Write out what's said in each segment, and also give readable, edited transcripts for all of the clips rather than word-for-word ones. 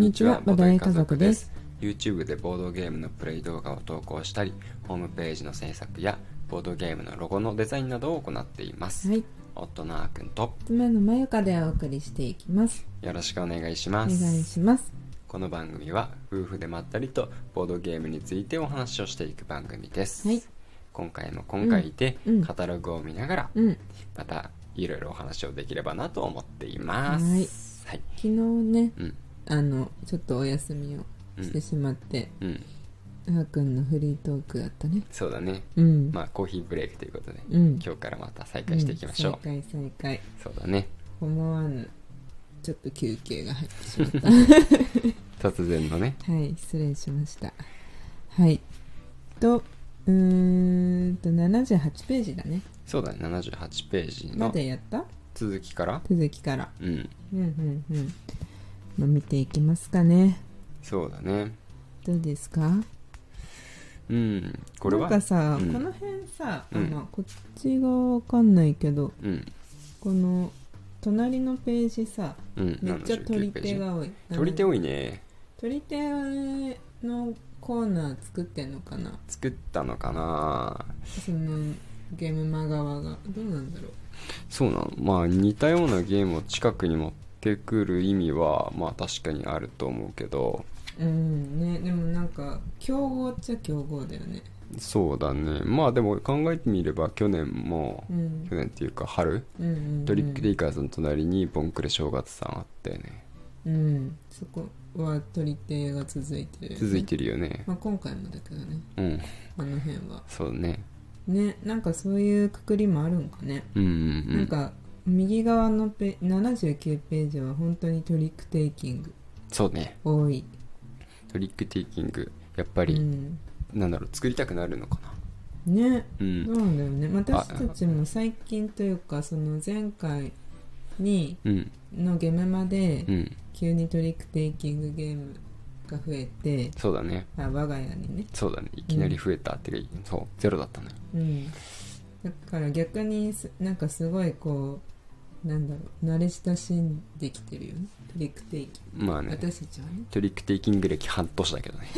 にちは、ボドゲ家族です。 YouTube でボードゲームのプレイ動画を投稿したり、ホームページの制作やボードゲームのロゴのデザインなどを行っています。 はい、 夫のあーくんと妻のまゆかでお送りしていきます。 よろしくお願いしまおす。 願いします。 この番組は夫婦でまったりとボードゲームについてお話をしていく番組です。 はい、 今回も今回でうんカタログを見ながら、またいろいろお話をできればなと思っています。はい、 昨日ね、 うんちょっとお休みをしてしまって、あーくんのフリートークだったね。 そうだね、まあコーヒーブレイクということで、今日からまた再開していきましょう。 再開。 そうだね、 思わぬちょっと休憩が入ってしまった突然のね。 はい、失礼しました。はい78ページだね。 そうだね、78ページまのだやった続きからまあ、見ていきますかね。 そうだね。 どうですか？ これはなんかさ、この辺さ、こっちがわかんないけど、この隣のページさ、めっちゃ取り手が多い。 取り手多いね。 取り手のコーナー作ってんのかな？ 作ったのかな。 そのゲームマ側がどうなんだろう。 そうなの。まあ似たようなゲームを近くに持ってくる意味はまあ確かにあると思うけど、 ね、でもなんか競合っちゃ競合だよね。 そうだね。まあでも考えてみれば去年も、去年っていうか春、トリックテイカーズの隣にボンクレ正月さんあったよね。 そこは取り手が続いてるよね。 続いてるよね。 まあ、今回もだけどね、あの辺はそうね。 なんかそういうくくりもあるんかね。なんか右側の79ページは本当にトリックテイキングそうね、 多い。 トリックテイキングやっぱり、なんだろう、作りたくなるのかなね、どうなんだろうね。私たちも最近というか、その前回に、のゲメマで、急にトリックテイキングゲームが増えて、 そうだね、 我が家にね。 そうだね、いきなり増えたっていうか、そうゼロだったね。 だから逆になんかすごいこう、なんだろう、慣れ親しんできてるよね、トリックテイキング。 まあね、 私たちはね。 トリックテイキング歴半年だけどね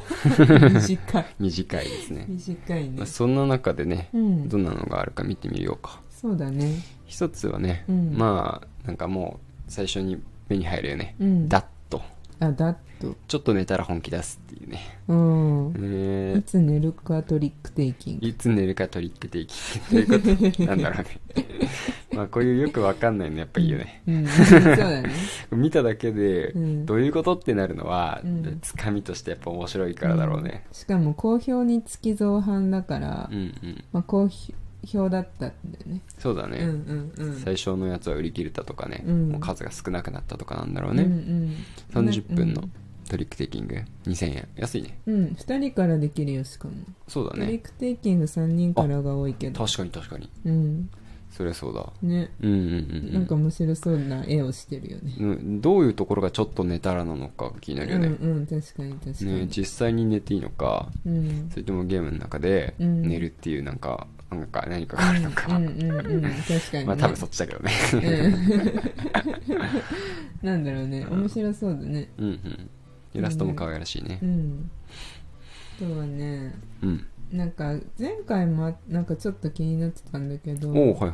短いですね。 短いね。 まあ、そんな中でね、どんなのがあるか見てみようか。 そうだね。 一つはね、まあなんかもう最初に目に入るよね、ダッと。 ダッとちょっと寝たら本気出すっていうね。 いつ寝るかトリックテイキング。 いつ寝るかトリックテイキングということなんだろうねまあこういうよくわかんないのやっぱいいよね。 そうだね見ただけでどういうことってなるのは、つかみとしてやっぱ面白いからだろうね。 しかも好評につき造反だから、まあ好評だったんだよね。 そうだね、最初のやつは売り切れたとかね、もう数が少なくなったとかなんだろうね。30分のトリックテイキング2000円、安いね。 2人からできるよ。しかもそうだね、 トリックテイキング3人からが多いけど。 確かに、それそうだね。なんか面白そうな絵をしてるよね。 どういうところがちょっと寝たらなのか気になるよね。 確かにね、実際に寝ていいのか、それともゲームの中で寝るっていう何かがあるのか。確かにね。まあ多分そっちだけどねなんだろうね、面白そうだね。 イラストも可愛らしいね。 あとはね、なんか前回もなんかちょっと気になってたんだけど、こ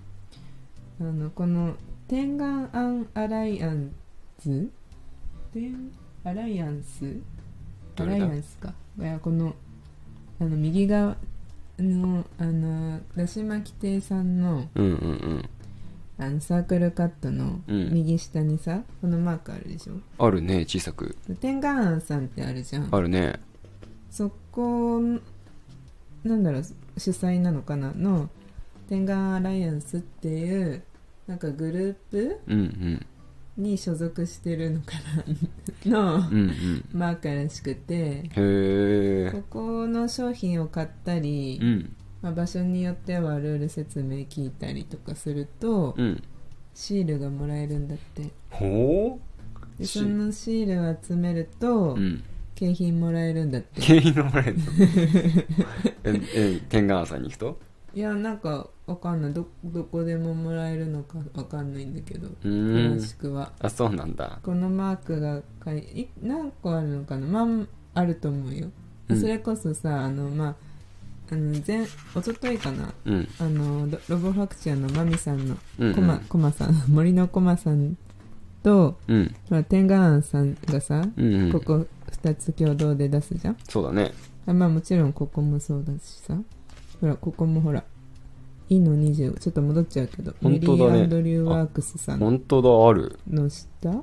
のテンガンアンアライアンスアライアンスか。いや、この右側のだし巻き亭さんのサークルカットの右下にさ、このマークあるでしょ。 あるね、小さく。 テンガンアンさんってあるじゃん。 あるね。 そこなんだろう、主催なのかなのテンガンアライアンスっていうなんかグループ、に所属してるのかなの、マークらしくて、ここの商品を買ったり、場所によってはルール説明聞いたりとかすると、シールがもらえるんだって。でそのシールを集めると、景品もらえるんだって。 景品がもらえるのテンガンさんに行くといやなんかわかんない、どこでももらえるのかわかんないんだけど、詳しくは。 あ、そうなんだ。 このマークが何個あるのかな、まああると思うよ、それこそさおとといかな、ロボファクチャーのマミさんのコマさん森のコマさんと、テンガーンさんがさ、ここ2つ共同で出すじゃん。 そうだね。 まあもちろんここもそうだしさ、ほらここもほらイの25、ちょっと戻っちゃうけど、 本当だね、 メリー・アンドリュー・ワークスさん本当だ、あるの下、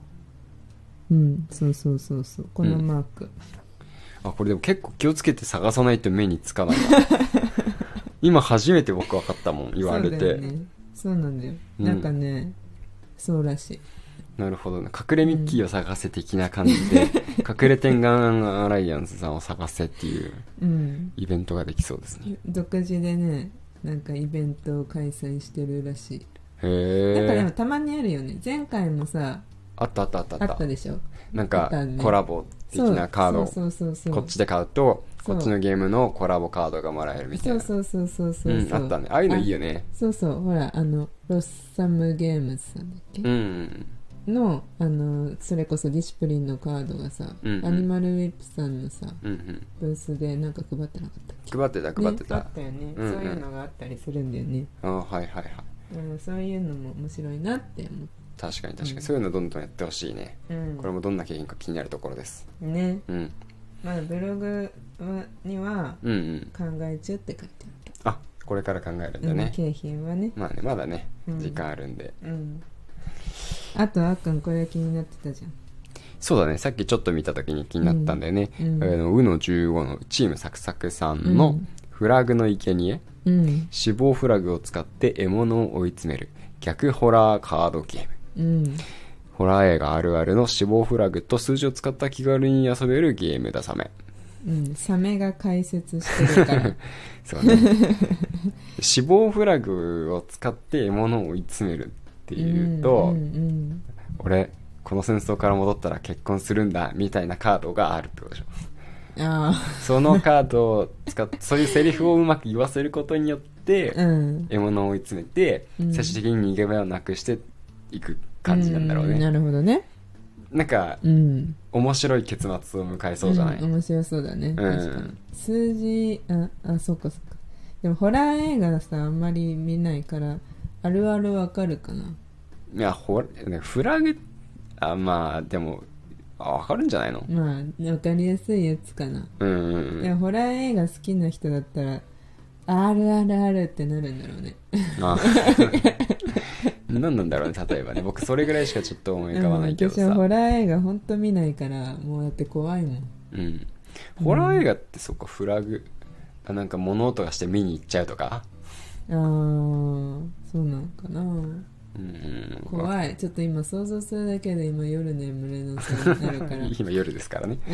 そうこのマーク、 あ、これでも結構気をつけて探さないと目につかないな今初めて僕分かったもん、言われて。 そうだよね、そうなんだよ、なんかねそうらしい。 なるほどね、隠れミッキーを探せ的な感じで、隠れテンガンアライアンスさんを探せっていうイベントができそうですね。 独自でねなんかイベントを開催してるらしい。 へえ。 なんかでもたまにあるよね、前回もさあったでしょ、 なんかコラボ的なカードをこっちで買うとこっちのゲームのコラボカードがもらえるみたいな。 そうあったね、ああいうのいいよね。 そうほらロッサムゲームズさんだっけ、のそれこそディシプリンのカードがさ、アニマルウィップさんのさ、ブースでなんか配ってなかったっけ。 配ってた、 あったよね、そういうのがあったりするんだよね。 はい、 そういうのも面白いなって思って。 確かに、そういうのどんどんやってほしいね、これもどんな景品か気になるところですね。まだブログには考え中って書いてある。 あ、これから考えるんだね、 景品はね。 まだね、時間あるんで。 あとあっくんこれ気になってたじゃん。 そうだね、さっきちょっと見た時に気になったんだよね。うの15のチームサクサクさんのフラグの生贄、死亡フラグを使って獲物を追い詰める逆ホラーカードゲーム。ホラー映画あるあるの死亡フラグと数字を使った気軽に遊べるゲームだサメ。 サメが解説してるからそうね死亡フラグを使って獲物を追い詰めるっていうと、俺この戦争から戻ったら結婚するんだみたいなカードがあるってことでしょ。そのカードを使ってそういうセリフをうまく言わせることによって獲物を追い詰めて、最終的に逃げ場をなくしていく感じなんだろうね。 なるほどね。 なんか、面白い結末を迎えそうじゃない？ 面白そうだね、確かに。数字そうかでもホラー映画さあんまり見ないからあるあるわかるかな。 いやフラグまあでもわかるんじゃないの？ まあわかりやすいやつかな。でもホラー映画好きな人だったらあるあるあるってなるんだろうね。 何なんだろうね、例えばね。僕それぐらいしかちょっと思い浮かばないけどさ。 私はホラー映画ほんと見ないからもうだって怖いもん。 ホラー映画ってそっか、フラグなんか物音がして見に行っちゃうとか。 そうなのかな。怖い。ちょっと今想像するだけで今夜眠れなそうになるから今夜ですからね。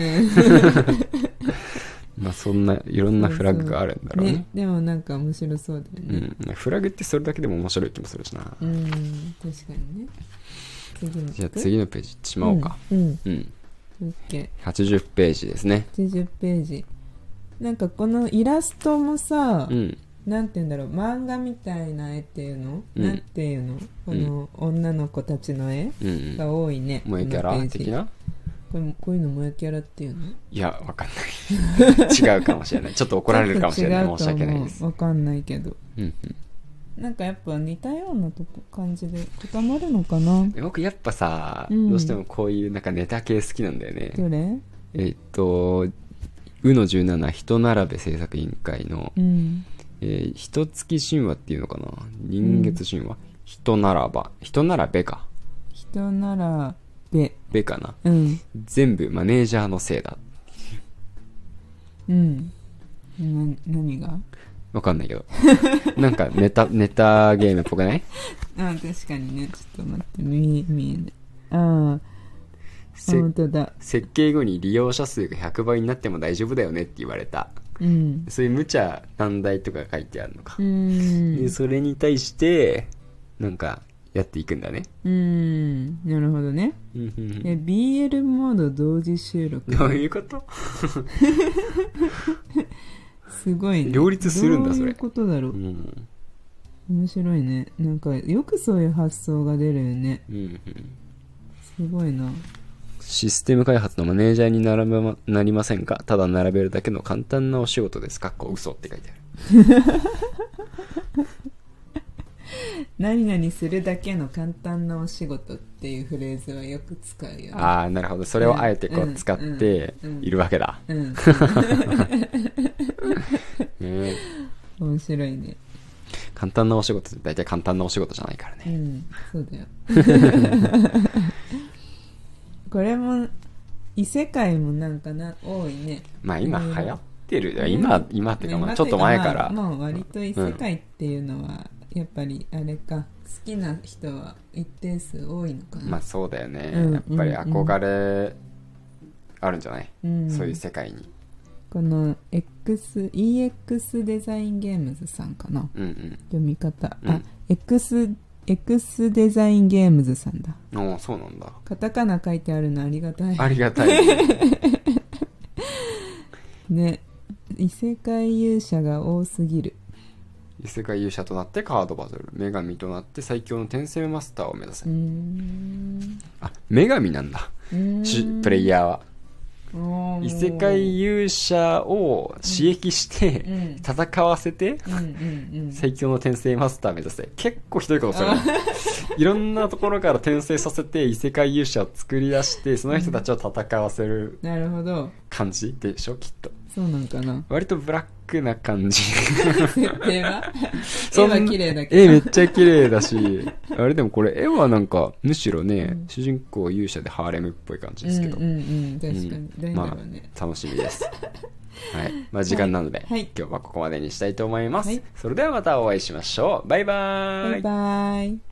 まあそんないろんなフラグがあるんだろう ね。 でもなんか面白そうだよね。 フラグってそれだけでも面白い気もするしな。 確かにね。 じゃあ次のページしまおうか。 OK。 80ページですね。 80ページ。なんかこのイラストもさ、なんて言うんだろう、漫画みたいな絵っていうの、なんていうの、この女の子たちの絵が多いね。 萌えキャラ的な？ こういうの萌えキャラっていうの？いや、わかんない違うかもしれない。ちょっと怒られるかもしれない。申し訳ないです。 わかんないけど、なんかやっぱ似たような感じで固まるのかな。 僕やっぱさ、どうしてもこういうなんかネタ系好きなんだよね。 どれ？ うの17人並べ制作委員会の、一月神話っていうのかな、人月神話、人並べか、 人並べかな、全部マネージャーのせいだ。 何がわかんないけどなんかネタゲームっぽくない？ 確かにね。ちょっと待って、見えない。本当だ。 設計後に利用者数が100倍になっても大丈夫だよねって言われた。そういう無茶難題とか書いてあるのか。でそれに対してなんかやっていくんだね。 なるほどね。BL モード同時収録。 どういうこと？ すごい、ね、 両立するんだそれ。 どういうことだろう、面白いね。なんかよくそういう発想が出るよね。すごいな。 システム開発のマネージャーになりませんか。ただ並べるだけの簡単なお仕事です。嘘って書いてある。 何々するだけの簡単なお仕事っていうフレーズはよく使うよね。 ああ、なるほど。それをあえてこう使っているわけだ。 面白いね。 簡単なお仕事って大体簡単なお仕事じゃないからね。 そうだよ。これも異世界もなんか多いね。 まあ今流行ってる。今っていうか、まあちょっと前から。 もう割と異世界っていうのはやっぱりあれか、好きな人は一定数多いのかな。 まあそうだよね。やっぱり憧れあるんじゃない、そういう世界に。 この EX デザインゲームズさんかな、読み方、X デザインゲームズさんだ。 そうなんだ。 カタカナ書いてあるのありがたい。 ありがたいね。異世界勇者が多すぎる。 異世界勇者となってカードバトル、女神となって最強の転生マスターを目指せ。女神なんだ、プレイヤーは。異世界勇者を刺激して戦わせて最強の転生マスター目指せ。結構ひどいことする。いろんなところから転生させて異世界勇者を作り出してその人たちを戦わせる感じでしょ、きっと。 そうなんかな。 割とブラックな感じ。 設定は絵は綺麗だけど。 絵めっちゃ綺麗だし、あれでもこれ絵はなんかむしろね、主人公勇者でハーレムっぽい感じですけど。 確かに。 まあ楽しみです。はい。まあ時間なので、今日はここまでにしたいと思います。それではまたお会いしましょう。バイバーイ。 バイバイ。